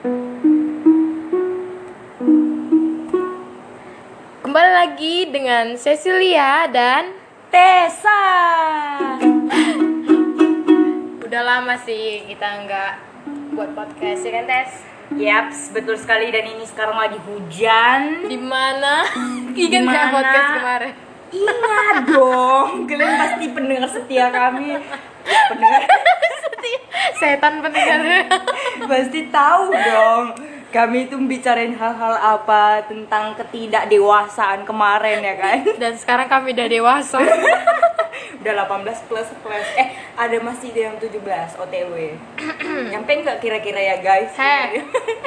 Kembali lagi dengan Cecilia dan Tessa. udah lama sih kita nggak buat podcast ya kan Tes? Yaps, betul sekali, dan ini sekarang lagi hujan. Di mana? Ingat nggak podcast kemarin? Ingat dong, kalian pasti pendengar setia kami. Pendengar Setan pendengar. pasti tahu dong. Kami itu bicarain hal-hal apa tentang ketidakdewasaan kemarin ya kan. Dan sekarang kami udah dewasa. Udah 18 plus. Ada masih yang 17 OTW. Nyampe nggak kira-kira ya guys? Heh.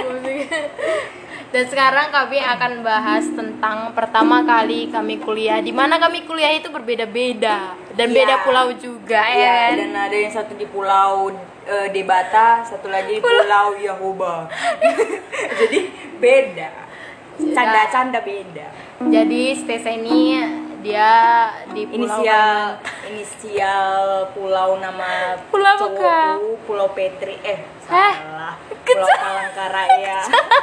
Dan sekarang kami akan bahas tentang pertama kali kami kuliah. Di mana kami kuliah itu berbeda-beda dan beda pulau juga ya. Dan ada yang satu di pulau Debata, satu lagi di pulau Yahuba. Jadi beda. Canda-canda beda. Jadi Stesa ini dia di pulau Inisial pulau nama Pulau cowokku, Pulau Petri. Salah. Pulau Palangkaraya.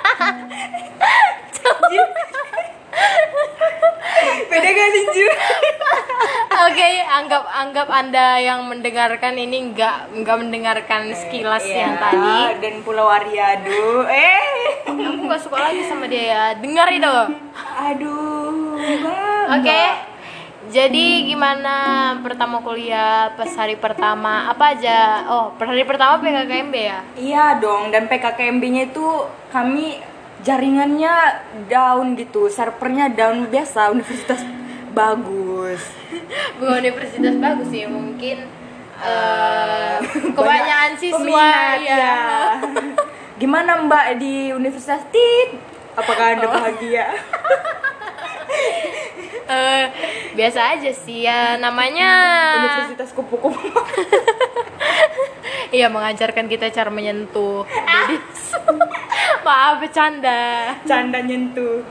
Beda kali juga. Oke, anggap Anda yang mendengarkan ini nggak mendengarkan sekilas yang tadi. Dan Pulau Ariado. Aku nggak suka lagi sama dia ya. Dengar itu. Aduh. Oke. Jadi gimana pertama kuliah, pas hari pertama apa aja? Oh, per hari pertama PKKMB ya? Iya dong, dan PKKMB-nya itu kami jaringannya down gitu, servernya down biasa, universitas bagus. Bukan universitas bagus sih, mungkin kebanyakan siswa peminat, ya. Gimana Mbak di Universitas Tit? Apakah Anda bahagia? Biasa aja sih ya, namanya Universitas kupu-kupu. iya, mengajarkan kita cara menyentuh. Jadi maaf bercanda. Canda nyentuh.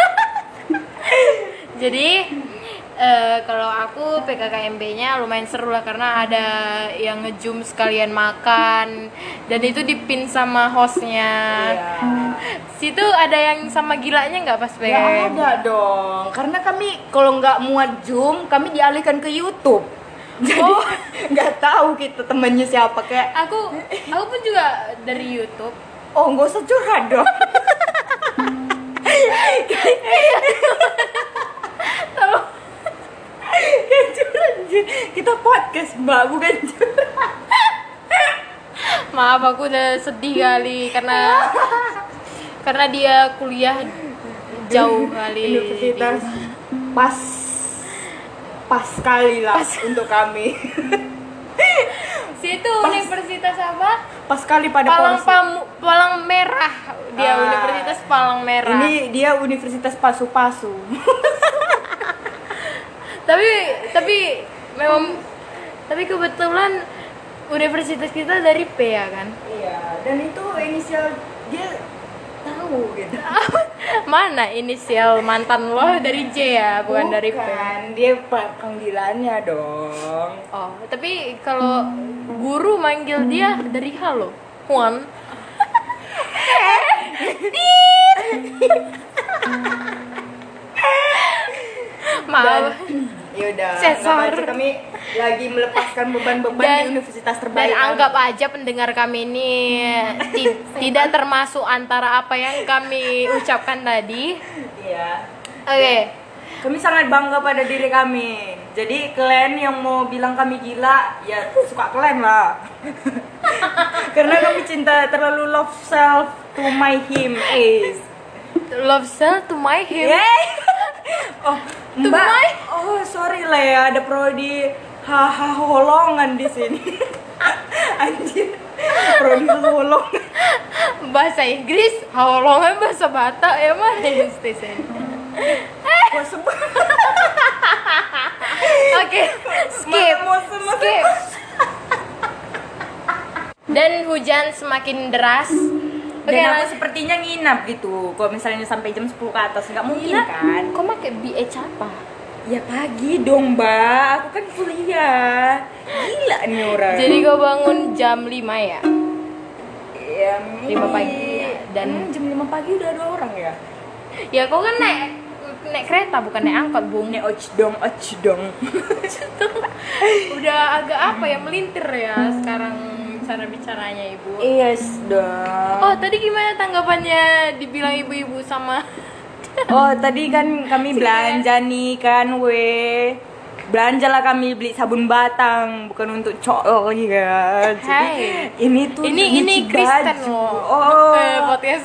Jadi kalau aku PKKMB-nya lumayan seru lah, karena ada yang nge-zoom sekalian makan, dan itu dipin sama hostnya. Iya. Situ ada yang sama gilanya nggak pas Ya PKKMB? ada dong, karena kami kalau nggak muat Zoom, kami dialihkan ke YouTube. Jadi nggak tahu kita temennya siapa, kayak Aku pun juga dari YouTube. oh nggak usah curhat dong. Kayak curhat, kita podcast Mbak, bukan curhat. Maaf, aku udah sedih kali karena dia kuliah jauh kali. Universitas pas sekali lah untuk kami. Situ universitas apa? Pas sekali pada Palang Merah. Dia Universitas Palang Merah. Ini dia Universitas Pasu-Pasu. tapi kebetulan universitas kita dari P ya kan? Iya, dan itu inisial dia tahu gitu. Mana inisial mantan lo dari J ya, bukan dari P? Bukan, dia panggilannya dong. Oh, tapi kalau guru manggil dia dari H lo, Juan. Maaf. Ya udah, Sesar. kami lagi melepaskan beban-beban di universitas terbaik. Dan anggap aja pendengar kami ini tidak termasuk antara apa yang kami ucapkan tadi. Iya. Oke. Kami sangat bangga pada diri kami. Jadi kalian yang mau bilang kami gila, ya suka kalian lah. Karena kami cinta terlalu love self to my him is. Love self to my him. Oh, Mbak. Oh, sorry lah ya, ada prodi holongan di sini. Anjir. Prodi holongan. Bahasa Inggris, holongan bahasa Batak ya mah station. Oke, skip. Dan hujan semakin deras. Dan aku sepertinya nginap gitu. Kalau misalnya sampai jam 10 ke atas nggak mungkin kan? Kok pakai BH apa? Ya pagi dong Mbak, aku kan kuliah. Gila nih orang. Jadi kau bangun jam 5 ya? Ya, 5 pagi. Dan jam 5 pagi udah ada orang ya? ya kau kan naik kereta bukan naik angkot, Bung. Nek ocdong. Udah agak apa ya, melintir ya sekarang cara bicaranya Ibu. Iya dong. Oh, tadi gimana tanggapannya dibilang ibu-ibu sama Oh, tadi kan kami belanja nih kan, belanja lah kami beli sabun batang, bukan untuk cowok lagi kan. Hai. Ini tuh ini nyuci Kristen baju. loh. Oh, Podcast.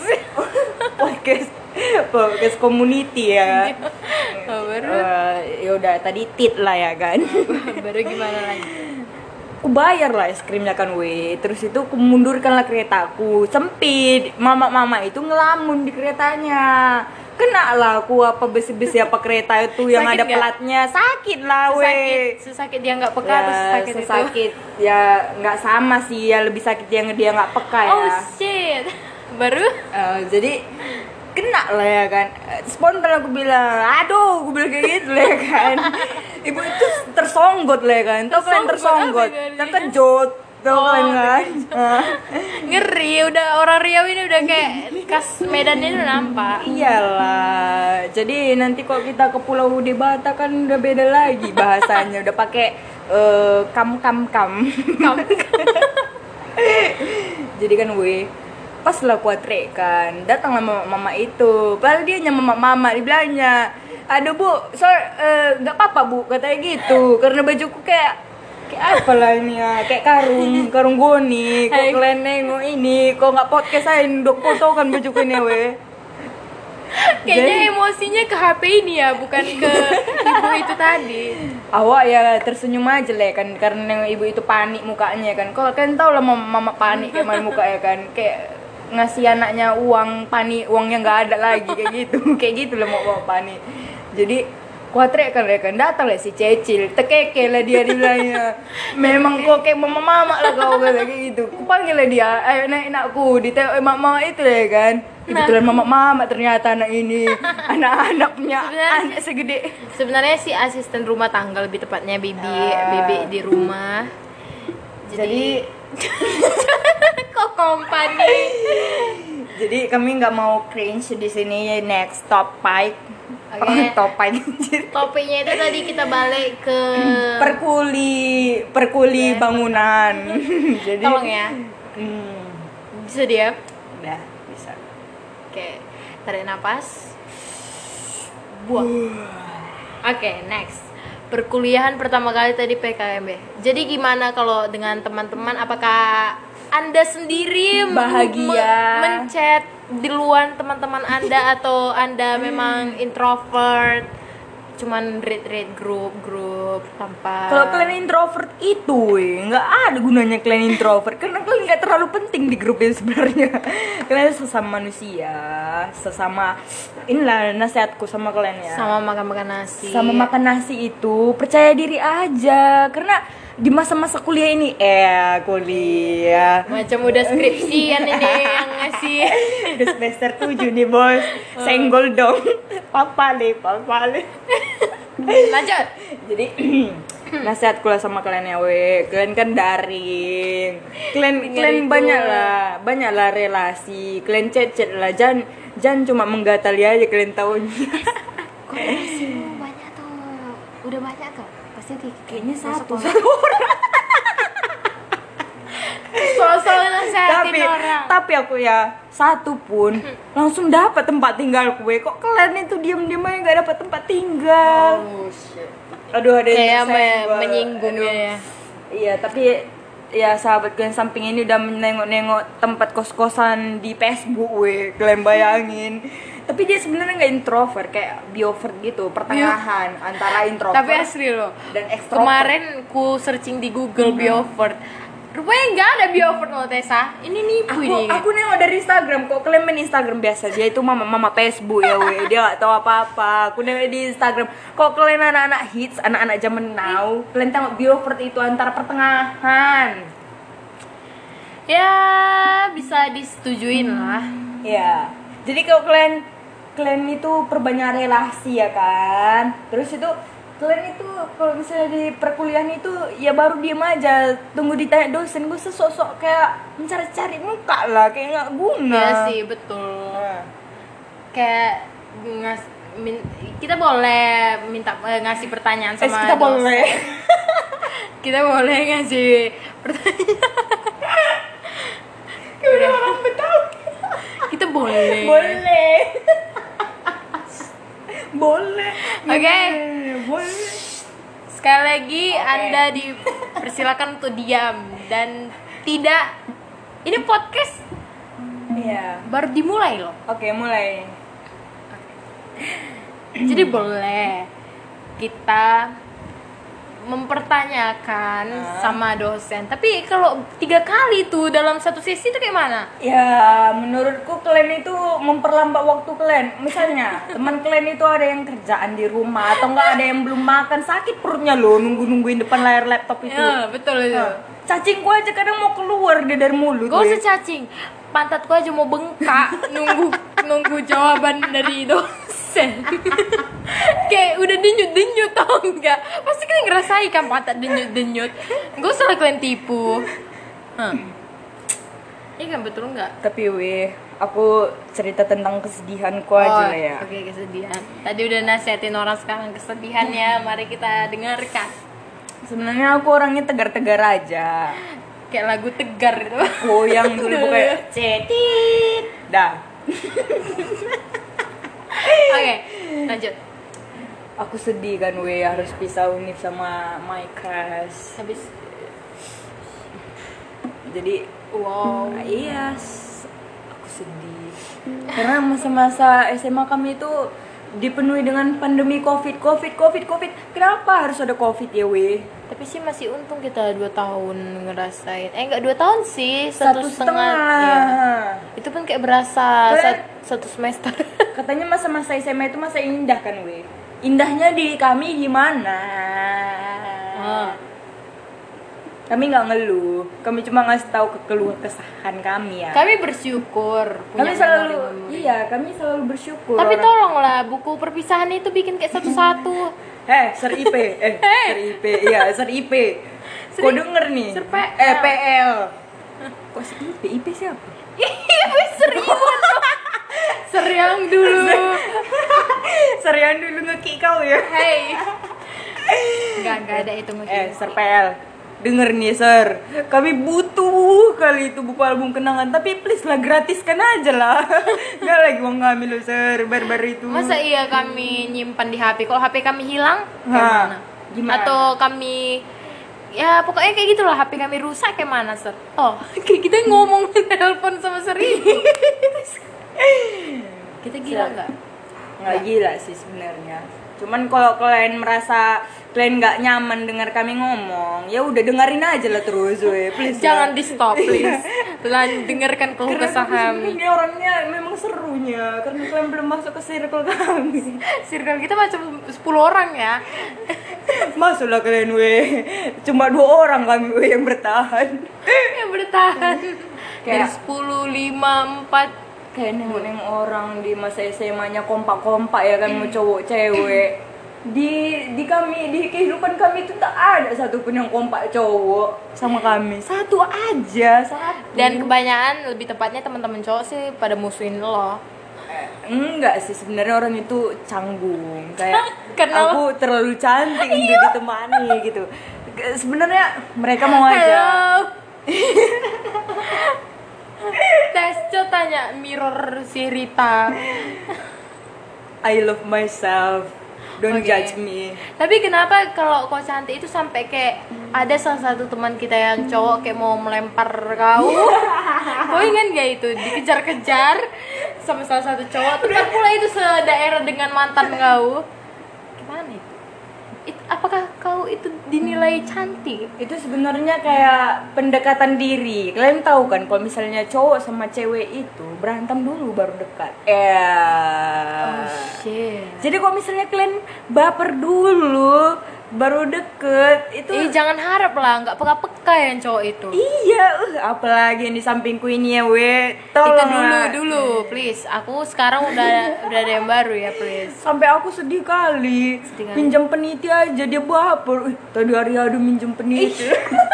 podcast community ya. Oh, baru Ya udah tadi tit lah ya kan. baru gimana lagi? Aku bayar lah es krimnya kan terus itu aku mundurkanlah keretaku, sempit. Mama itu ngelamun di keretanya, kena lah aku apa besi-besi apa kereta itu yang Sakit ada nggak? pelatnya, sakit lah Sesakit dia nggak peka ya, atau sesakit itu? sesakit ya nggak sama sih ya, lebih sakit yang dia nggak peka ya. Oh shit. Baru Jadi kena lah ya kan. Spontan aku bilang, aduh, aku bilang kayak gitu lah ya kan. Ibu itu tersonggot lah ya kan. Tau kalian tersonggot, Tersonggot apa terkejut, tau kalian kan. ngeri, udah orang Riau ini udah kayak khas Medan ini udah nampak. Iyalah. Jadi nanti kalau kita ke Pulau Debata kan udah beda lagi bahasanya, udah pakai kam. Jadi kan pas lah kuatre kan, datanglah mama itu, padahal dia nyama mama dibilangnya, aduh bu, nggak apa-apa bu, katanya gitu, karena bajuku kayak apa lah ini ya, kayak karung goni, kok kalian nengok ini, kok nggak podcastahin, dok foto kan bajuku ini Kayaknya emosinya ke HP ini ya, bukan ke ibu itu tadi. Awak ya tersenyum aja lah kan, karena ibu itu panik mukanya kan. Kalau kalian tahu lah mama panik kayak mana mukanya kan, kayak ngasih anaknya uang panik, uangnya nggak ada lagi kayak gitu. Kayak gitu lah mau panik. Jadi kuatre kan ya kan, datang lah si Cecil, tekeke lah dia bilangnya, memang kok kayak mama lah kau kayak gitu. Kupanggil lah dia, ayo nakku, ditengok mama itu ya kan. Kebetulan mama ternyata anak ini, anak punya anak segede. Sebenarnya si asisten rumah tangga, lebih tepatnya bibi di rumah. Jadi kok kompani. Jadi kami nggak mau cringe di sini. Next topic. Oke. Topiknya itu tadi kita balik ke perkuli bangunan. Jadi tolong ya. Bisa dia? Udah bisa. Oke, tarik napas. Buang. Oke, next. Perkuliahan pertama kali tadi PKMB. Jadi gimana kalau dengan teman-teman? Apakah Anda sendiri bahagia menchat di luar teman-teman Anda, atau Anda memang introvert, cuman read grup tanpa? Kalau kalian introvert itu nggak ada gunanya kalian introvert, karena kalian nggak terlalu penting di grup itu sebenarnya. Kalian sesama manusia, sesama, inilah nasihatku sama kalian ya, sama makan nasi. Sama makan nasi itu percaya diri aja, karena di masa-masa kuliah ini kuliah macam udah skripsian ini yang ngasih. udah semester 7 nih bos. Senggol dong. Papa le lanjut. Jadi nasihatku lah sama kalian ya kalian kan daring, kalian banyak lah relasi, kalian chat lah, jangan cuma menggatali aja kalian tahunya. Kok relasi banyak tuh, udah banyak kok pasti kayaknya satu soal nasehatin orang. Tapi aku ya satu pun langsung dapat tempat tinggal kue. Kok kalian itu diam-diam aja nggak dapat tempat tinggal? Oh shit. Aduh, ada kayak yang menyinggung ya. Iya, tapi ya sahabat kalian samping ini udah menengok-nengok tempat kos-kosan di Facebook kalian bayangin. Tapi dia sebenarnya nggak introvert, kayak biovert gitu, pertengahan antara introvert. Tapi asli loh. Dan ekstrovert. Kemarin ku searching di Google biovert. Rupanya nggak ada biovert loh Tessa. Ini nipu ini. Aku nengok dari Instagram, kok kalian main Instagram biasa. Dia itu mama Facebook ya dia nggak tahu apa-apa. Aku nengok di Instagram, kok kalian anak-anak hits, anak-anak zaman now, kalian tengok biovert itu antara pertengahan. Ya bisa disetujuin lah. Ya. Jadi kalau kalian itu perbanyak relasi ya kan. Terus itu kalian itu kalau misalnya di perkuliahan itu ya baru diem aja tunggu ditanya dosen, gue sesok-sok kayak mencari-cari muka lah, kayak nggak guna. Iya sih, betul. Kayak kita boleh minta ngasih pertanyaan sama kita dosen. boleh Kita boleh ngasih pertanyaan. udah orang Betawi. Kita boleh. Boleh. Oke. Boleh. Sekali lagi Anda dipersilakan untuk diam dan tidak. Ini podcast Iya. baru dimulai loh. Oke, mulai. Jadi boleh kita mempertanyakan sama dosen. Tapi kalau 3 kali tuh dalam satu sesi itu kayak mana? Ya, menurutku kalian itu memperlambat waktu kalian. Misalnya, teman kalian itu ada yang kerjaan di rumah atau enggak ada yang belum makan, sakit perutnya loh nungguin depan layar laptop itu. Ya, betul itu. Cacingku aja kadang mau keluar dia dari mulut. Gak usah cacing. Pantatku aja mau bengkak nunggu jawaban dari dosen. Kayak udah denyut tau enggak? Pasti kalian ngerasain kan pantat denyut. Gak usah lah kalian tipu. Ini kan betul enggak? Tapi aku cerita tentang kesedihanku aja lah ya. Oke, kesedihan. Tadi udah nasihatin orang, sekarang kesedihannya. Mari kita dengarkan. Sebenarnya aku orangnya tegar-tegar aja. Kayak lagu Tegar gitu. Goyang dulu kayak cetit. Dah. Oke, lanjut. Aku sedih kan harus pisah univ sama my crush. Habis. Jadi Wow. iya, aku sedih. Karena masa-masa SMA kami itu dipenuhi dengan pandemi COVID. Kenapa harus ada COVID ya, Tapi sih masih untung kita 2 tahun ngerasain. Enggak 2 tahun sih, 1,5. 1,5. Ya. Itu pun kayak berasa Kalian- satu semester. Katanya masa-masa SMA itu masa indah kan, Indahnya di kami gimana? Kami nggak ngeluh, kami cuma ngasih tahu keluh kesahan kami ya. Kami bersyukur punya memori-memori. Kami selalu bersyukur. Tapi tolonglah buku perpisahan itu bikin kayak satu-satu. Ser IP, Ser IP. Kau denger nih? Ser PL. PL. Kok Ser IP? IP siapa? Serius. Seriang dulu. Serian dulu nge-kick kau ya. Hey. Enggak ada itu mungkin. Ser PL. Denger nih Ser, kami butuh kali itu buku album kenangan, tapi please lah gratiskan aja lah. Gak lagi uang kami loh Ser, baru-baru itu. Masa iya kami nyimpan di HP? Kalau HP kami hilang, kayak gimana? Atau kami ya pokoknya kayak gitulah, HP kami rusak kayak mana, Ser? Oh, kayak kita ngomong telepon sama Seri. Kita gila nggak? Nggak gila sih sebenarnya. Cuman kalau kalian merasa kalian nggak nyaman dengar kami ngomong, ya udah dengerin aja lah terus, please. Jangan di stop, please. Dengarkan keluh kesah kami. Ini orangnya memang serunya karena kalian belum masuk ke circle kami. Circle kita macam 10 orang ya. Masuklah kalian, cuma 2 orang kami yang bertahan. Yang bertahan. Dari Kayak 10, 5, 4. Kayak nengok orang di masa SMA-nya kompak-kompak ya kan, mau cowok cewek. Di kami, di kehidupan kami itu tak ada satupun yang kompak cowok sama kami. Satu aja. Dan kebanyakan, lebih tepatnya teman-teman cowok sih pada musuhin lo. Enggak sih, sebenarnya orang itu canggung. Kayak Kenapa? aku terlalu cantik untuk ditemani gitu. Sebenarnya mereka mau aja. Halo. Tesco tanya mirror si Rita. I love myself. Don't Oke. judge me. Tapi kenapa kalau kau cantik itu sampai kayak ada salah satu teman kita yang cowok kayak mau melempar kau? Kau ingat gak itu dikejar-kejar sama salah satu cowok? Tepat pula itu sedaerah dengan mantan kau. Gimana itu? Apakah kau itu dinilai cantik? Itu sebenarnya kayak pendekatan diri. Kalian tahu kan kalau misalnya cowok sama cewek itu berantem dulu baru dekat. Oh shit. Jadi kalau misalnya kalian baper dulu baru dekat, deket itu. Jangan harap lah, nggak peka-peka yang cowok itu. Iya, apalagi yang di sampingku ini ya, we. Itu Tolong dulu, please. Aku sekarang udah ada yang baru ya, please. sampai aku sedih kali. Pinjam peniti aja dia baper. Tadi hari ada minjem peniti.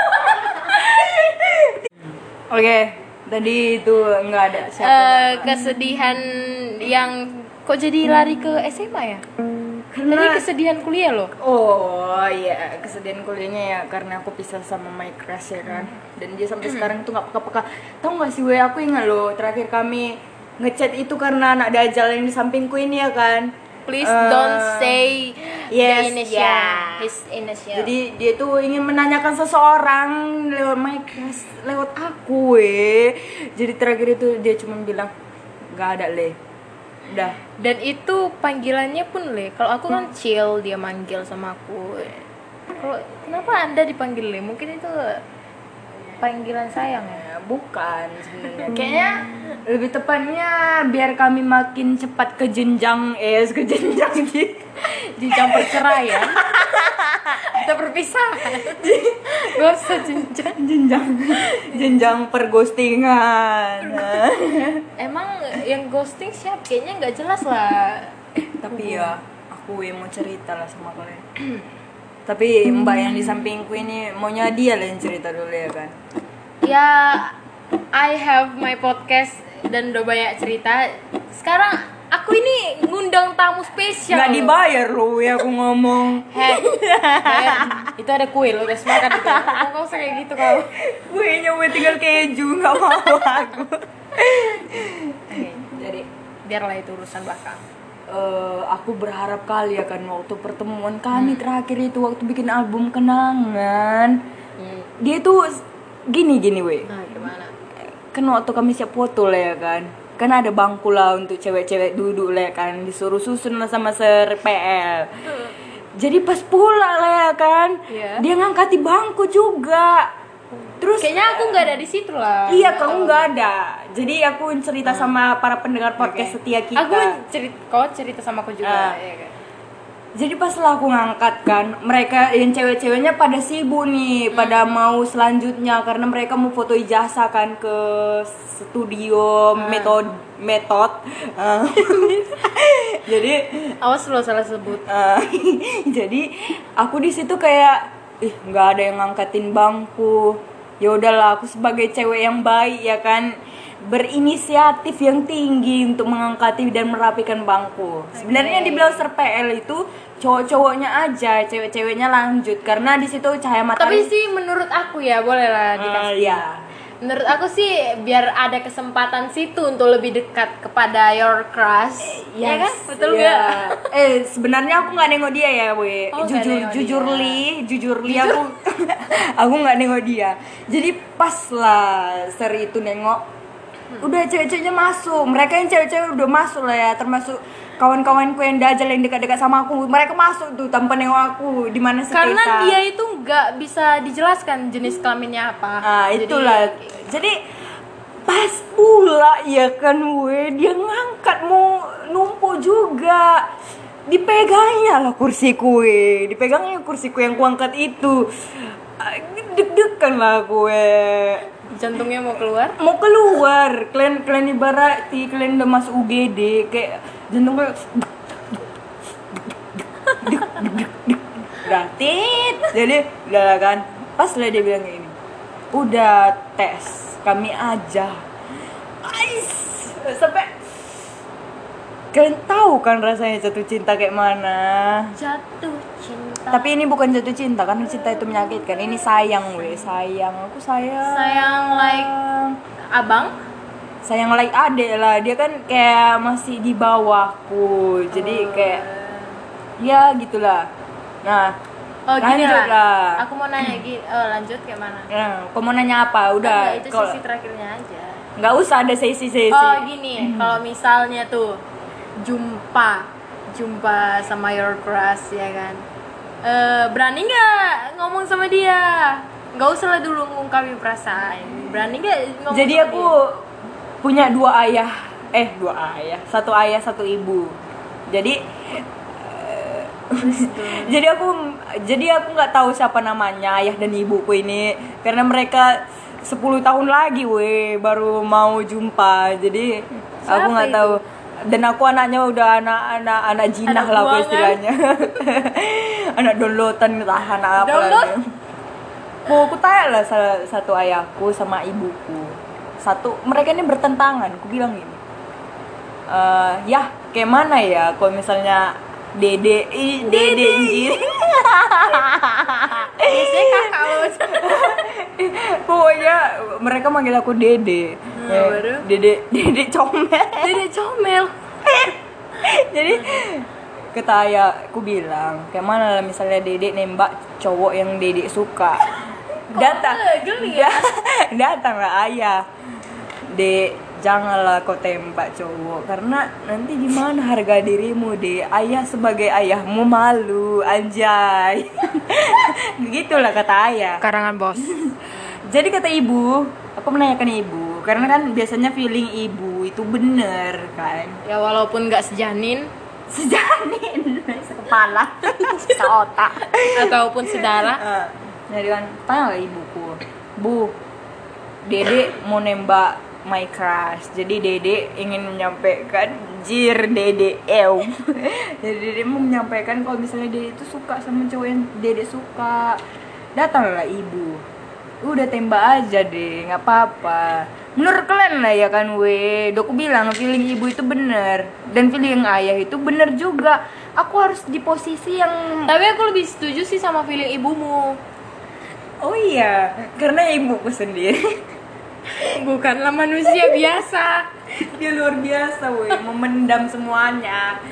Oke, tadi itu nggak ada siapa. Kesedihan yang kok jadi lari ke SMA ya? Karena Tadi kesedihan kuliah loh. oh iya, kesedihan kuliahnya ya karena aku pisah sama my crush ya kan. Dan dia sampai sekarang tuh nggak peka-peka. Tahu nggak sih, we, aku ingat loh terakhir kami ngechat itu karena anak dajal yang di sampingku ini ya kan. Please don't say yes, the initial. yeah. His initial. Jadi dia tuh ingin menanyakan seseorang lewat my crush, lewat aku, we. Jadi terakhir itu dia cuma bilang nggak ada, Le. Udah. Dan itu panggilannya pun Le. Kalau aku kan chill, dia manggil sama aku. Kalau kenapa Anda dipanggil Le? Mungkin itu panggilan sayang ya. Bukan sebenarnya. Kayaknya lebih tepatnya biar kami makin cepat ke jenjang gitu. Jenjang perceraian. Kita perpisahan. Gak usah jenjang perghostingan. Emang yang ghosting siapa? Kayaknya nggak jelas lah. Tapi ya aku yang mau cerita lah sama kalian. Tapi mbak yang di sampingku ini maunya dia lah yang cerita dulu ya kan. Ya, I have my podcast dan udah banyak cerita. Sekarang aku ini ngundang tamu spesial. Nggak dibayar loh ya aku ngomong. Bayar. Itu ada kue lo, guys, makan itu. Kok usah kayak gitu kau. Kuenya gue tinggal keju, nggak mau aku. Oke, jadi biarlah itu urusan belakang. Aku berharap kali ya kan waktu pertemuan kami terakhir itu waktu bikin album kenangan. Dia tuh gini we. Nah, gimana? Kan waktu kami siap foto lah ya kan ada bangku lah untuk cewek-cewek duduk lah ya kan, disuruh susun lah sama ser PL. Jadi pas pulang lah ya kan, dia ngangkati bangku juga. Terus kayaknya aku nggak ada di situ lah. Iya, kamu nggak ada. Jadi aku cerita sama para pendengar podcast setia kita. Kau cerita sama aku juga. Iya, kan? Jadi pas lah aku ngangkat kan, mereka yang cewek-ceweknya pada sibuk nih, pada mau selanjutnya karena mereka mau foto ijazah kan ke studio metode. Jadi awas lo salah sebut. Jadi aku di situ kayak nggak ada yang ngangkatin bangku. Ya udahlah, aku sebagai cewek yang baik ya kan, berinisiatif yang tinggi untuk mengangkati dan merapikan bangku. Sebenarnya di Blauser PL itu cowok-cowoknya aja, cewek-ceweknya lanjut karena di situ cahaya matahari. Tapi sih menurut aku ya boleh lah dikasih. Iya. Menurut aku sih biar ada kesempatan situ untuk lebih dekat kepada your crush. Ya kan? Betul nggak? Sebenarnya aku nggak nengok dia ya, we. Jujur li aku aku nggak nengok dia. Jadi pas lah seri itu nengok, udah cewek-ceweknya masuk. Mereka yang cewek-cewek udah masuk lah ya, termasuk kawan-kawanku yang dajal yang dekat-dekat sama aku. Mereka masuk tuh tanpa nengok aku di mana sih. Karena dia itu nggak bisa dijelaskan jenis kelaminnya apa. Itulah. Jadi pas pula ya kan, dia ngangkat mau numpuk juga. Dipegangnya lah kursiku, dipegangnya kursiku yang kuangkat itu. Deg-degan lah gue. Jantungnya mau keluar? Mau keluar. Kalian ibarati kalian udah masuk UGD kayak jantung kayak tit. Jadi udah kan. Pas lah dia bilang kayak gini. Udah tes kami aja. Sampai kalian tahu kan rasanya jatuh cinta kayak mana? Jatuh cinta. Tapi ini bukan jatuh cinta, karena cinta itu menyakitkan. Ini sayang, sayang. Aku sayang. Sayang like abang? Sayang like adek lah. Dia kan kayak masih di bawahku. Jadi kayak ya gitulah. Nah, gini lanjut lah. Aku mau nanya gini, lanjut kayak mana? Kau mau nanya apa? Udah. Itu sesi terakhirnya aja. Nggak usah ada sesi-sesi. Gini, kalau misalnya tuh jumpa sama your crush ya kan, berani nggak ngomong sama dia? Nggak usah lah dulu ngungkapin perasaan. Berani nggak ngomong? Jadi sama aku punya dua ayah, satu ayah satu ibu. Jadi jadi aku Jadi aku nggak tahu siapa namanya ayah dan ibuku ini karena mereka 10 tahun lagi baru mau jumpa. Jadi aku nggak Siapa tahu. Dan aku anaknya udah anak jinah Anak lah buangan. istilahnya. Anak downloadan entah anak apa Download? lagi. Aku tanya lah salah satu ayahku sama ibuku. Mereka ini bertentangan. Aku bilang gini. Ya kayak mana ya kalau misalnya dede anjir. Biasanya kakak lo. Pokoknya mereka manggil aku dede. Baru? Dede comel. Dede comel. Jadi kata ayahku bilang kayak mana lah misalnya dede nembak cowok yang dede suka. Datang geli ya? Datanglah ayah. Janganlah kau tembak cowok karena nanti gimana harga dirimu ayah sebagai ayahmu malu anjay. Begitulah kata ayah. Karangan bos. Jadi kata ibu, aku menanyakan ibu karena kan biasanya feeling ibu itu bener kan. Ya walaupun nggak sejanin Sejanin sekepala seotak ataupun sedara. Jadi kan tanya lah ibuku, Bu, dede mau nembak my crush. Jadi dede ingin menyampaikan dede jadi dede mau menyampaikan kalau misalnya dede itu suka sama cowok yang dede suka. Datanglah ibu, udah tembak aja deh, nggak apa-apa. Menurut kalian lah ya kan aku bilang feeling ibu itu bener dan feeling ayah itu bener juga. Aku harus di posisi yang Tapi aku lebih setuju sih sama feeling ibumu. oh iya karena ibuku sendiri Bukanlah manusia biasa. dia luar biasa memendam semuanya.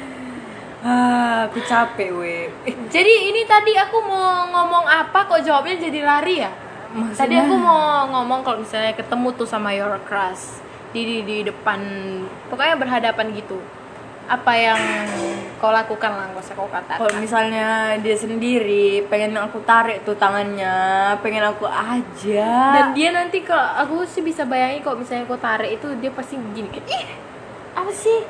Aku capek Jadi ini tadi aku mau ngomong apa kok jawabnya jadi lari ya? Maksudnya? Tadi aku mau ngomong kalau misalnya ketemu tuh sama your crush di depan, pokoknya berhadapan gitu. Apa yang kau lakukan lah, gak usah kau katakan. Kalau misalnya dia sendiri pengen aku tarik tuh tangannya, pengen aku aja. Dan dia nanti kalau aku sih bisa bayangin kalau misalnya kau tarik itu dia pasti begini. Ih, apa sih?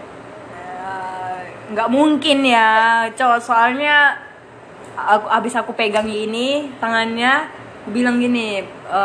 Nggak mungkin ya, cowok. Soalnya aku pegang ini tangannya, aku bilang gini,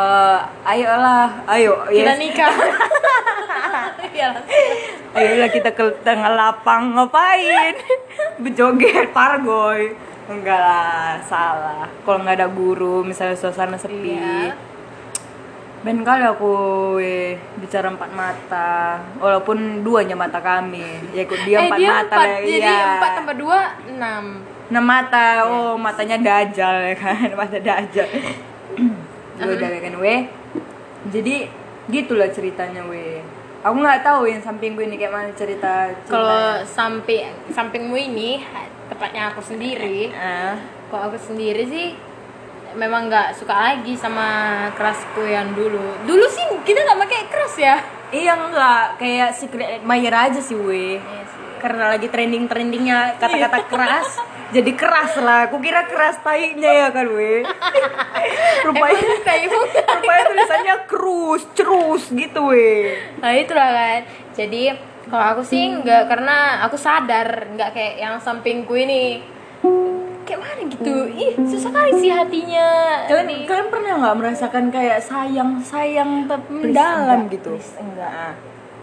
ayo Kita yes. nikah. Iya. Ayolah kita ke tengah lapang ngapain? Berjoget pargoy. Enggak lah, salah. Kalau nggak ada guru, misalnya suasana sepi. Iya. Ben kali aku bicara empat mata, walaupun duanya mata kami. Ya ikut dia empat mata lah. Jadi Iya. 4 tambah 2 6. 6 mata. Oh, matanya dajal ya kan, mata dajal. Udah kan Jadi gitulah ceritanya Aku nggak tahu yang samping gue ini kayak mana cerita. Kalau sampingmu ini tepatnya aku sendiri. Kalau aku sendiri sih memang nggak suka lagi sama crushku yang dulu. Dulu sih kita nggak pakai crush ya. Iya enggak, kayak secret admirer aja sih Iya sih. Karena lagi trendingnya kata-kata keras, jadi keras lah. Aku kira keras tainya ya kan rupanya tulisannya cerus gitu Nah itulah kan. Jadi kalau aku sih nggak, karena aku sadar nggak kayak yang sampingku ini. Kayak mana gitu, susah kali sih hatinya. Kalian pernah nggak merasakan kayak sayang tapi mendalam gitu? Enggak.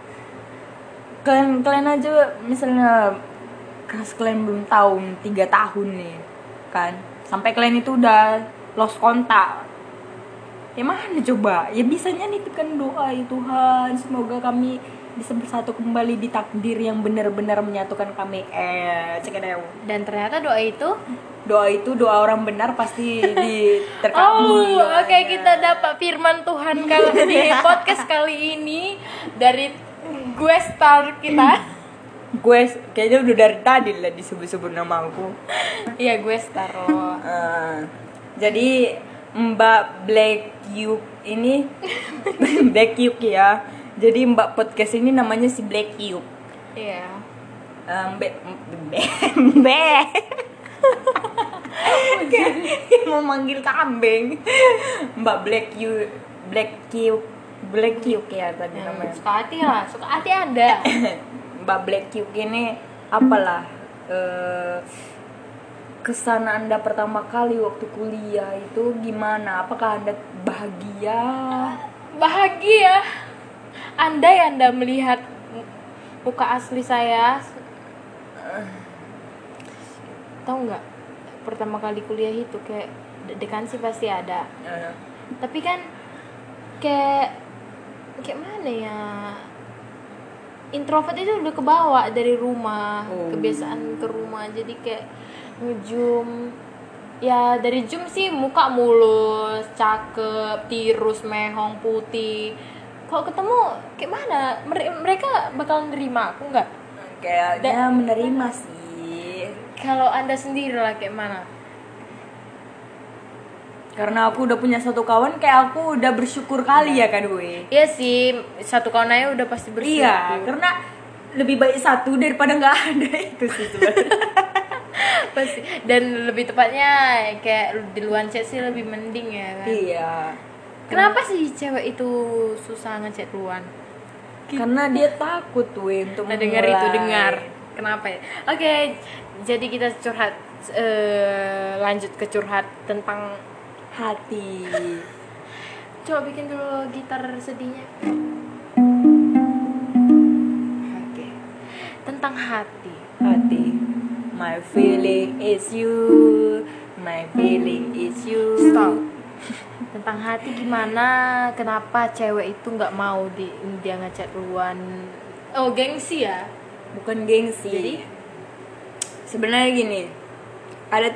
Kalian aja misalnya keras kalian belum tahun 3 tahun nih kan, sampai kalian itu udah lost kontak. Ya mana coba? Ya bisanya nitipkan doa ya Tuhan, semoga kami bisa bersatu kembali di takdir yang benar-benar menyatukan kami. Cekedeu. Dan ternyata doa itu Doa orang benar pasti terkabul. Oke, kita dapat firman Tuhan kali di podcast kali ini dari gue star kita. Gue kayaknya udah dari tadi lah disebut-sebut nama aku. Iya, gue star loh. Jadi Mbak Black Yuk ini Black Yuk ya. Jadi Mbak podcast ini namanya si Black Yuk. Iya. Mau manggil kambing. Mbak Black Yuk ya tadi namanya. Suka hati ada. Mbak Black Yuk ini apalah kesan Anda pertama kali waktu kuliah itu gimana? Apakah Anda bahagia? Bahagia. Andai Anda melihat muka asli saya, tahu nggak? Pertama kali kuliah itu kayak deg-degan sih pasti ada. Tapi kan kayak mana ya? Introvert itu udah kebawa dari rumah, kebiasaan ke rumah, jadi kayak ngejum. Ya dari Zoom sih muka mulus, cakep, tirus, mehong, putih. Kalau ketemu kayak mana? Mereka bakal nerima aku nggak? Kayaknya menerima sih. Kalau Anda sendiri lah kayak mana? Karena aku udah punya satu kawan, kayak aku udah bersyukur kali ya kan gue. Iya sih, satu kawan aja udah pasti bersyukur. Iya, karena lebih baik satu daripada nggak ada itu sih sebenarnya. Pasti. Dan lebih tepatnya kayak di luar chat sih lebih mending ya kan. Iya. Kenapa sih cewek itu susah ngechat duluan? Karena dia takut tuh untuk Nah, dengar itu, dengar. Kenapa ya? Oke, jadi kita curhat, lanjut ke curhat tentang hati. Coba bikin dulu gitar sedihnya. Oke. Tentang hati. Hati. My feeling is you. My feeling is you. Stop. Tentang hati gimana? Kenapa cewek itu nggak mau dia ngechat duluan? Oh, gengsi ya? Bukan gengsi. Jadi sebenarnya gini. Ada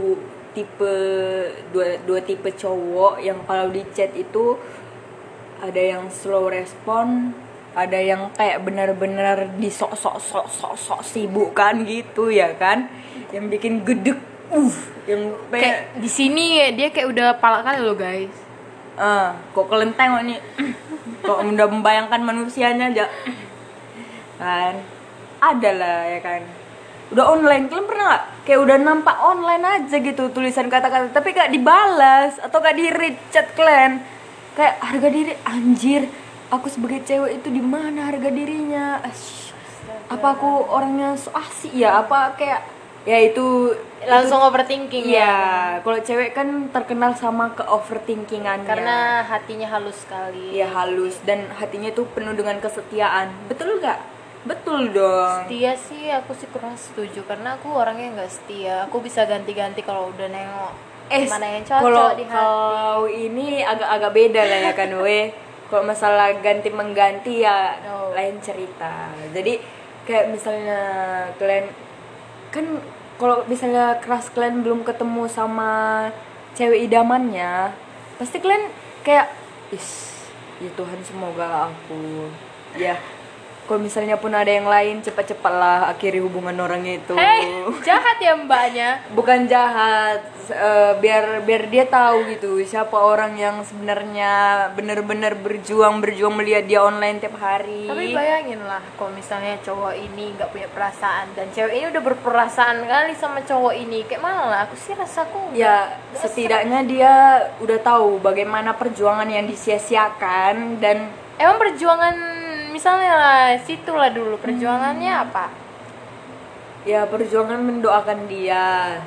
dua tipe cowok yang kalau di chat itu ada yang slow respon, ada yang kayak benar-benar sok sibuk kan gitu ya kan, yang bikin gedek, yang kayak di sini dia kayak udah palak kali loh guys. Kok kelenteng kok nih, kok udah membayangkan manusianya aja kan, ada lah ya kan. Udah online, kalian pernah gak? Kayak udah nampak online aja gitu tulisan kata-kata, tapi gak dibalas atau gak di-read chat kalian. Kayak harga diri, anjir, aku sebagai cewek itu di mana harga dirinya? Apa aku orangnya so asik ya? Apa kayak ya itu langsung overthinking ya. Kalau cewek kan terkenal sama ke overthinkingannya. Karena hatinya halus sekali. Iya, halus, dan hatinya tuh penuh dengan kesetiaan. Betul gak? Betul dong. Setia sih aku sih kurang setuju, karena aku orangnya nggak setia. Aku bisa ganti-ganti kalau udah nengok mana yang cocok di hati. Kalau ini agak-agak beda lah ya kan we. Kalau masalah ganti mengganti ya lain cerita. Jadi kayak misalnya kalian kan, kalau misalnya keras kalian belum ketemu sama cewek idamannya, pasti kalian kayak ya Tuhan semoga aku ya, kalau misalnya pun ada yang lain, cepat-cepatlah akhiri hubungan orang itu. Jahat ya mbaknya? Bukan jahat, biar dia tahu gitu siapa orang yang sebenarnya benar-benar berjuang melihat dia online tiap hari. Tapi bayangin lah, kalau misalnya cowok ini nggak punya perasaan dan cewek ini udah berperasaan kali sama cowok ini, kayak mana lah? Aku sih rasaku ya setidaknya dia udah tahu bagaimana perjuangan yang disia-siakan. Dan emang perjuangan misalnya lah, situlah dulu perjuangannya apa? Ya perjuangan mendoakan dia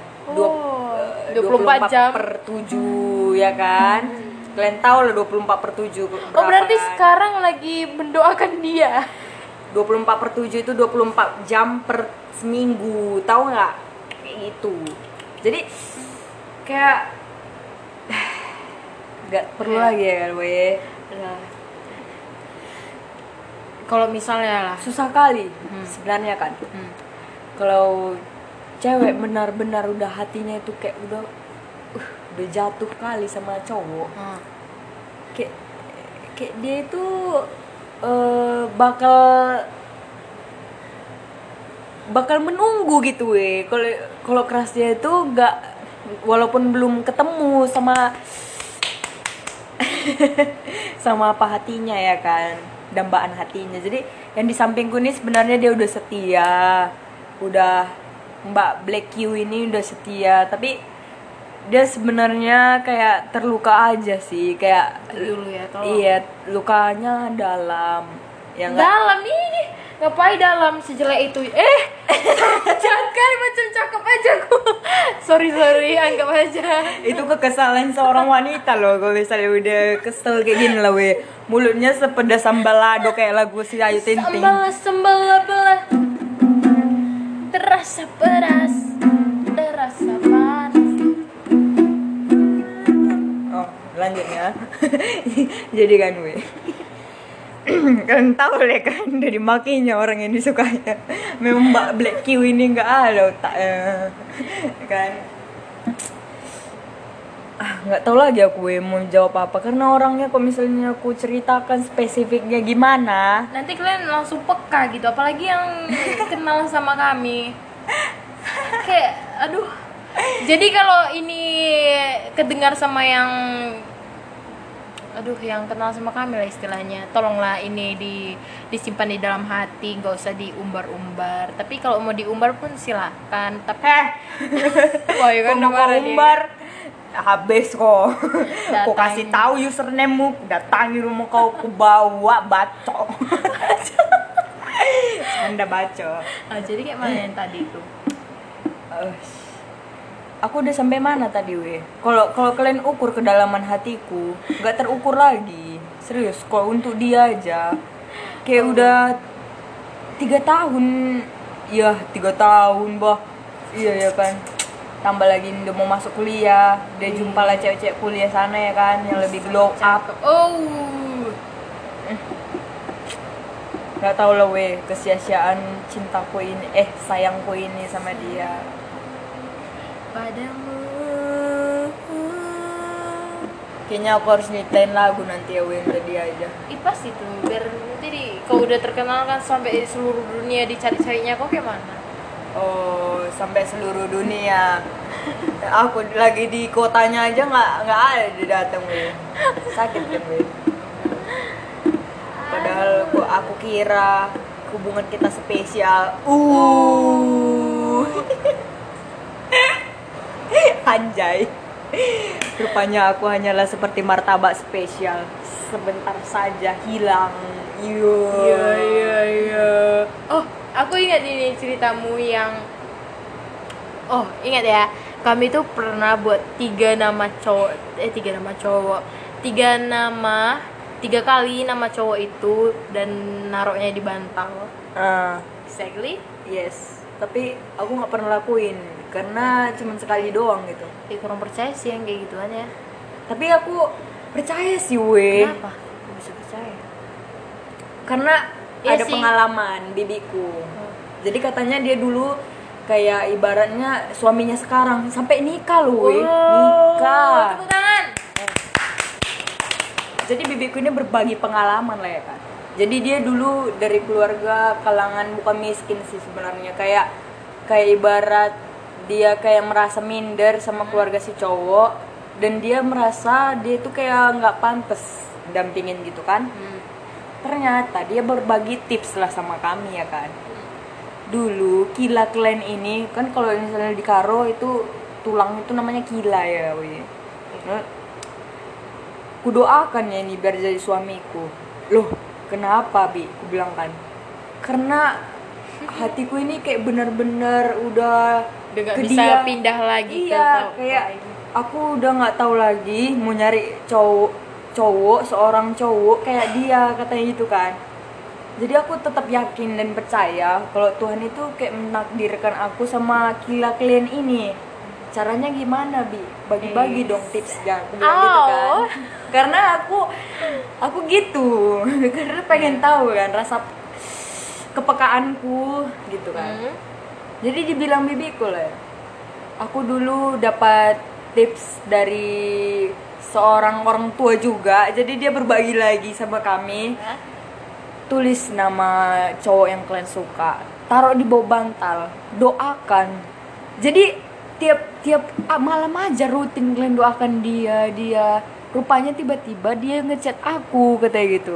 24 jam per 7 ya kan. Kalian tahu lah 24/7 berapa. Oh berarti kan? sekarang lagi mendoakan dia. 24/7 itu 24 jam per seminggu, tahu nggak? Kayak gitu. Jadi kayak nggak perlu lagi ya kan, we. Kalau misalnya lah Susah kali sebenarnya kan. Kalau cewek benar-benar udah hatinya itu kayak udah jatuh kali sama cowok. Kayak dia itu bakal menunggu gitu we. Kalau keras dia itu nggak, walaupun belum ketemu sama sama apa hatinya ya kan, dambaan hatinya. Jadi yang di sampingku ini sebenarnya dia udah setia, udah Mbak Black Q ini udah setia, tapi dia sebenarnya kayak terluka aja sih, kayak dulu ya, tolong. Iya, lukanya dalam. Ya dalam ini ngapain dalam sejelek itu? Jangan kali macam cakep aja aku. Sorry, anggap aja. Itu kekesalan seorang wanita loh. Kalau misalnya udah kesel kayak gini lah weh. Mulutnya sepedas sambal lado kayak lagu si Ayu Ting Ting. Sambal belah. Terasa pedas, terasa panas. Oh, lanjutnya. Jadi kan weh. Kalian tahu lah kan dari makinya orang yang disukanya. Memang Mbak Black Q ini nggak ada otaknya kan. Nggak tahu lagi aku mau jawab apa karena orangnya kok misalnya aku ceritakan spesifiknya gimana Nanti kalian langsung peka gitu, apalagi yang kenal sama kami. Kayak aduh. Jadi kalau ini kedengar sama yang yang kenal sama kami lah istilahnya, tolonglah ini disimpan di dalam hati, nggak usah diumbar-umbar. Tapi kalau mau diumbar pun silakan. Tapi wah, ya kan mau umbar habis kok. Aku kasih tahu username-mu, datangi rumah kau, ku bawa bacok. Anda bacok. Jadi kayak mana yang tadi itu? Aku udah sampai mana tadi weh? Kalau kalian ukur kedalaman hatiku, nggak terukur lagi. Serius, kalau untuk dia aja, kayak udah 3 tahun, ya 3 tahun bah, iya ya kan. Tambah lagi udah mau masuk kuliah, dia jumpa lah cewek-cewek kuliah sana ya kan, yang lebih glow up. Nggak tahu lah weh, kesia-siaan cintaku ini, sayangku ini sama dia. Padamu. Kayaknya aku harus nyiptain lagu nanti ya Win, tadi aja. Pas itu biar nanti kalau udah terkenal kan sampai seluruh dunia dicari-carinya kok gimana? Oh, sampai seluruh dunia. Aku lagi di kotanya aja nggak ada dia datang Win. Sakit kan Win. Padahal aku kira hubungan kita spesial. Anjay. Rupanya aku hanyalah seperti martabak spesial, sebentar saja hilang. Iya. Oh, aku ingat ini ceritamu yang ingat ya. Kami tuh pernah buat 3 nama cowok, 3 kali nama cowok itu dan naruhnya di bantal. Exactly? Yes. Tapi aku nggak pernah lakuin karena cuma sekali doang gitu. Kurang percaya sih yang kayak gituan ya. Tapi aku percaya sih weh. Kenapa? Aku bisa percaya. Karena ya ada sih. pengalaman bibiku. Jadi katanya dia dulu kayak ibaratnya suaminya sekarang sampai nikah loh weh. Nikah. Tepuk tangan. Jadi bibiku ini berbagi pengalaman lah ya kan. Jadi dia dulu dari keluarga kalangan bukan miskin sih sebenarnya, kayak ibarat dia kayak merasa minder sama keluarga si cowok dan dia merasa dia tuh kayak nggak pantas dampingin gitu kan. Ternyata dia berbagi tips lah sama kami ya kan. Dulu kila klen ini kan kalau misalnya di Karo itu tulang itu namanya kila ya weh. Ku doakan ya ini biar jadi suamiku. Loh, kenapa Bi? Aku bilang kan, karena hatiku ini kayak benar-benar udah nggak ke bisa dia. pindah lagi. Iya, kayak aku udah nggak tahu lagi mau nyari cowok seorang cowok kayak dia, katanya gitu kan. Jadi aku tetap yakin dan percaya kalau Tuhan itu kayak menakdirkan aku sama kila klien ini. Caranya gimana Bi? Bagi-bagi dong tipsnya. Aku bilang gitu kan. Karena aku gitu. Karena pengen tahu kan rasa kepekaanku gitu kan. Jadi dibilang bibiku lah. Aku dulu dapat tips dari seorang orang tua juga. Jadi dia berbagi lagi sama kami. Tulis nama cowok yang kalian suka, taruh di bawah bantal, doakan. Jadi tiap malam aja rutin kalian doakan dia. Rupanya tiba-tiba dia ngechat aku katanya gitu.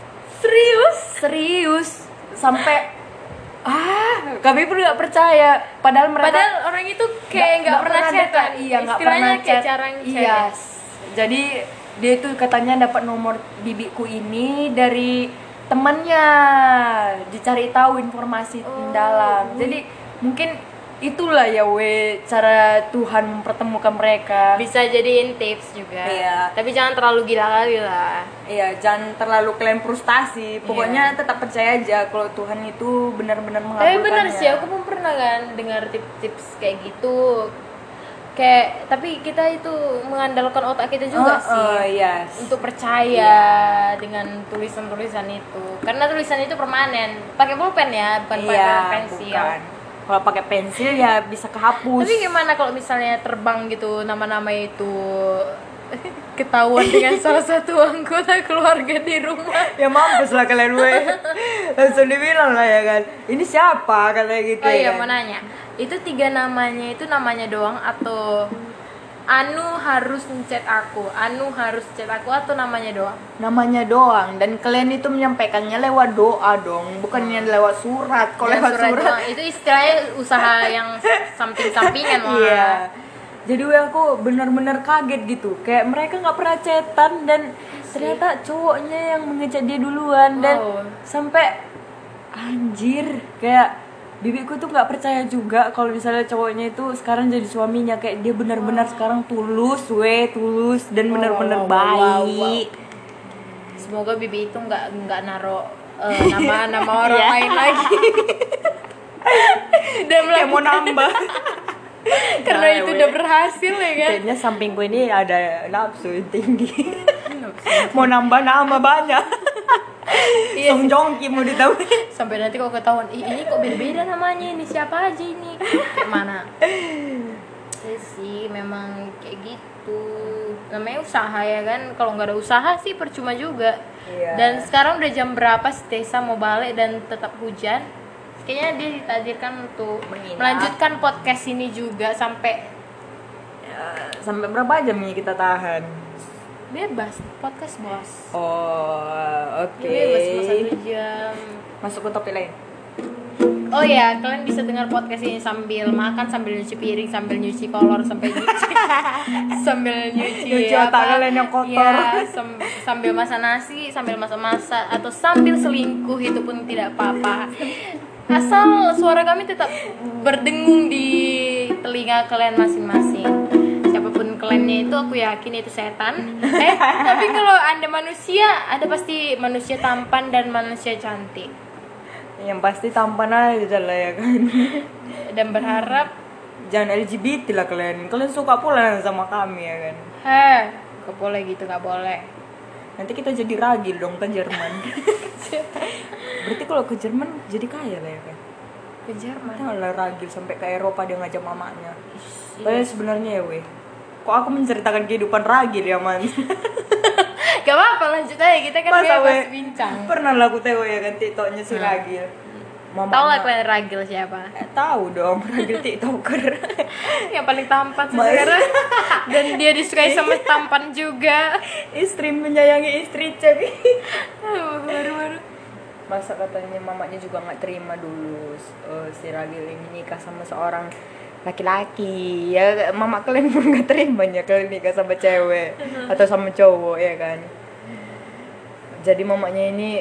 Serius sampai kami pun nggak percaya. Padahal orang itu kayak nggak pernah chat kan. Iya, nggak pernah chat. Iya. Chat. Jadi dia tuh katanya dapat nomor bibiku ini dari temannya, dicari tahu informasi dalam. Jadi mungkin itulah ya cara Tuhan mempertemukan mereka. Bisa jadiin tips juga. Iya. Tapi jangan terlalu gila kali lah. Iya, jangan terlalu kalian frustasi. Pokoknya tetap percaya aja kalau Tuhan itu benar-benar mengabulkannya. Tapi benar sih, aku pun pernah kan dengar tips-tips kayak gitu. Kayak tapi kita itu mengandalkan otak kita juga sih. Yes. Untuk percaya dengan tulisan-tulisan itu. Karena tulisan itu permanen. Pakai pulpen ya, bukan pakai pensil. Bukan. Kalau pakai pensil ya bisa kehapus. Tapi gimana kalau misalnya terbang gitu nama-nama itu ketahuan dengan salah satu anggota keluarga di rumah? Ya mampus lah kalian langsung dibilang lah ya kan, ini siapa katanya gitu. Oh iya, kan? mau nanya, itu 3 namanya itu namanya doang atau Anu harus ngechat aku, atau namanya doang? Namanya doang, dan kalian itu menyampaikannya lewat doa dong, bukannya lewat surat. Kalau lewat surat doang, itu istilahnya usaha yang samping-sampingan lah. Iya. Jadi aku benar-benar kaget gitu, kayak mereka nggak pernah chatan dan ternyata cowoknya yang mengechat dia duluan. Dan sampai anjir, kayak bibiku tuh nggak percaya juga kalau misalnya cowoknya itu sekarang jadi suaminya. Kayak dia benar-benar sekarang tulus dan benar-benar baik. Semoga bibi itu nggak naro nama orang lain lagi. Dan kayak mau nambah. Karena itu udah berhasil ya kan. Kayaknya sampingku ini ada nafsu tinggi. Mau nambah nama banyak. Iya, Song Joong Ki mau ditahu. Sampai nanti kok ketahuan, ini kok beda-beda namanya, ini siapa aja ini? Kayak mana? Ya sih, memang kayak gitu. Namanya usaha ya kan. Kalau nggak ada usaha sih percuma juga. Iya. Dan sekarang udah jam berapa si Tessa mau balik dan tetap hujan? Kayaknya dia ditakdirkan untuk melanjutkan podcast ini juga sampai sampai berapa jam nih kita tahan? Bebas, podcast bos. Oh, oke. Bebas mau 1 jam. Masuk ke topik lain. Oh ya, kalian bisa dengar podcast ini sambil makan, sambil nyuci piring, sambil nyuci kolor, sambil nyuci otak kalian yang kotor. Ya, sambil masak nasi, sambil masak-masak, atau sambil selingkuh, itu pun tidak apa-apa. Asal suara kami tetap berdengung di telinga kalian masing-masing. Siapapun kliennya itu, aku yakin itu setan. Tapi kalau Anda manusia, ada pasti manusia tampan dan manusia cantik. Yang pasti tampan aja lah ya kan. Dan berharap jangan LGBT lah kalian. Kalian suka pula sama kami ya kan. Gak boleh gitu, gak boleh. Nanti kita jadi ragil dong ke Jerman. Berarti kalau ke Jerman jadi kaya lah ya kan. Ke Jerman. Tahu lah ragil sampai ke Eropa dia ngajak mamanya. Padahal sebenarnya ya kok aku menceritakan kehidupan ragil ya man. Gak apa-apa, lanjut aja, kita kan bebas bincang. Pernah lah aku tahu ya kan TikToknya si ragil. Tahu lah kalian ragil siapa? Tahu dong, ragil TikToker. Yang paling tampan sekarang. Dan dia disukai sama tampan juga. Istri menyayangi istri cek. Baru-baru. Masa katanya mamanya juga nggak terima dulu si ragil ini nikah sama seorang laki-laki. Ya mama kalian pun nggak terimanya kalian nikah sama cewek atau sama cowok ya kan. Jadi mamanya ini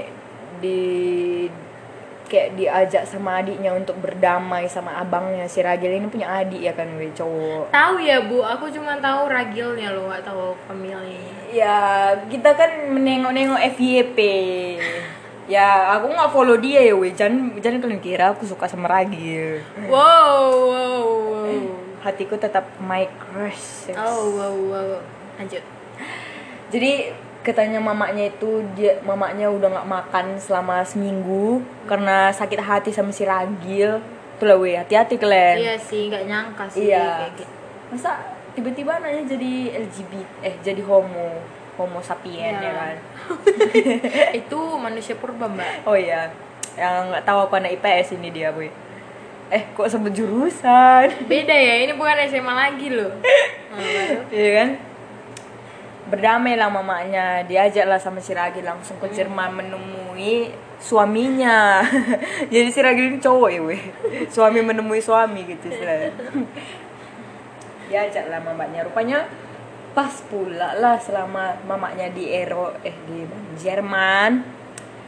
kayak diajak sama adiknya untuk berdamai sama abangnya. Si ragil ini punya adik ya kan, cowok. Tahu ya Bu, aku cuma tahu ragilnya loh, nggak tahu familinya. Ya kita kan menengok-nengok FYP. Ya aku nggak follow dia ya jangan kalian kira aku suka sama ragil. Wow. Hatiku tetap my crush. Wow. Lanjut. Jadi katanya mamanya itu mamanya udah nggak makan selama seminggu karena sakit hati sama si ragil. Itulah hati-hati kalian. Iya sih, nggak nyangka sih kayak gitu. Masa tiba-tiba anaknya jadi LGBT, jadi homo sapien ya kan. Itu manusia purba mbak. Oh iya, yang nggak tahu aku anak IPS ini dia kok sebut jurusan. Beda ya, ini bukan SMA lagi loh. Iya kan. Berdamai lah mamanya, diajak lah sama si ragil langsung ke Jerman menemui suaminya. Jadi si ragil ini cowok ya suami menemui suami gitu istilahnya. Diajak lah mamanya, rupanya pas pula lah selama mamanya di Jerman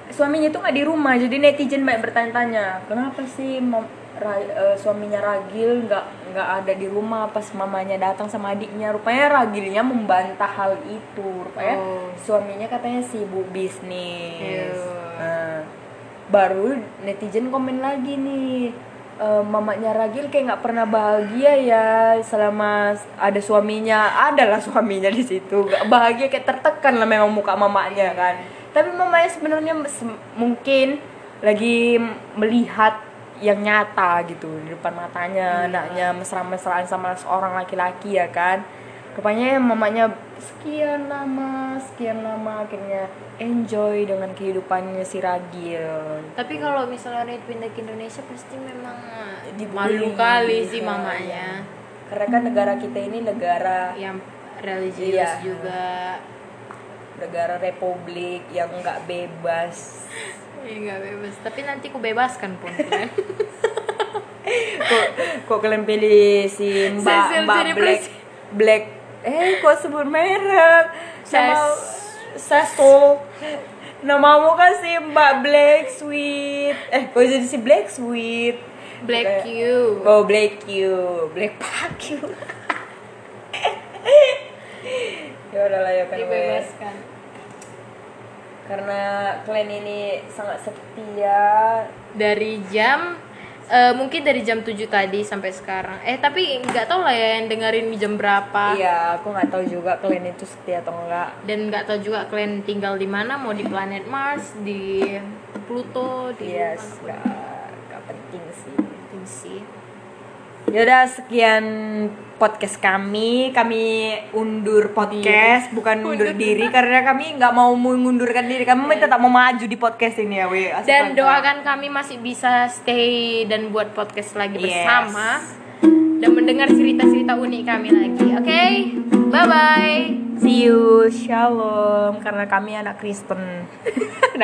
suaminya tuh nggak di rumah, jadi netizen banyak bertanya-tanya kenapa sih suaminya Ragil nggak ada di rumah pas mamanya datang sama adiknya. Rupanya Ragilnya membantah hal itu, rupanya suaminya katanya sibuk bisnis. Nah, baru netizen komen lagi nih, mamanya Ragil kayak nggak pernah bahagia ya selama ada suaminya. Adalah suaminya di situ nggak bahagia, kayak tertekan lah memang muka mamanya kan. Tapi mamanya sebenarnya mungkin lagi melihat yang nyata gitu di depan matanya, anaknya mesra-mesraan sama seorang laki-laki ya kan. Rupanya mamanya sekian lama akhirnya enjoy dengan kehidupannya si Ragil. Tapi kalau misalnya Red pindah ke Indonesia pasti memang Dibully. malu kali sih Iya, mamanya. Karena kan negara kita ini negara Yang religius Iya. juga. negara republik yang nggak bebas. Iya nggak bebas. Tapi nanti ku bebaskan pun. kok kalian pilih si Cecil Mbak jadi Black kok sebut merek sama Cecil. Namamu kan si Mbak Black Sweet. Kok jadi si Black Sweet? Black you. Oh, Black you. Black fuck you. Ya udahlah ya kan. Dibebaskan. Karena kalian ini sangat setia Dari jam mungkin dari jam 7 tadi sampai sekarang. Tapi nggak tahu lah ya yang dengerin jam berapa. Iya, aku nggak tahu juga kalian itu setia atau enggak. Dan nggak tahu juga kalian tinggal di mana, mau di planet Mars, di Pluto, di Yes, mana nggak penting sih. pun sih. Yaudah, sekian podcast kami undur podcast, bukan undur diri karena kami nggak mau mengundurkan diri, kami tetap mau maju di podcast ini ya, we. Dan doakan kami masih bisa stay dan buat podcast lagi bersama dan mendengar cerita-cerita unik kami lagi. Oke, bye bye. See you, shalom, karena kami anak Kristen.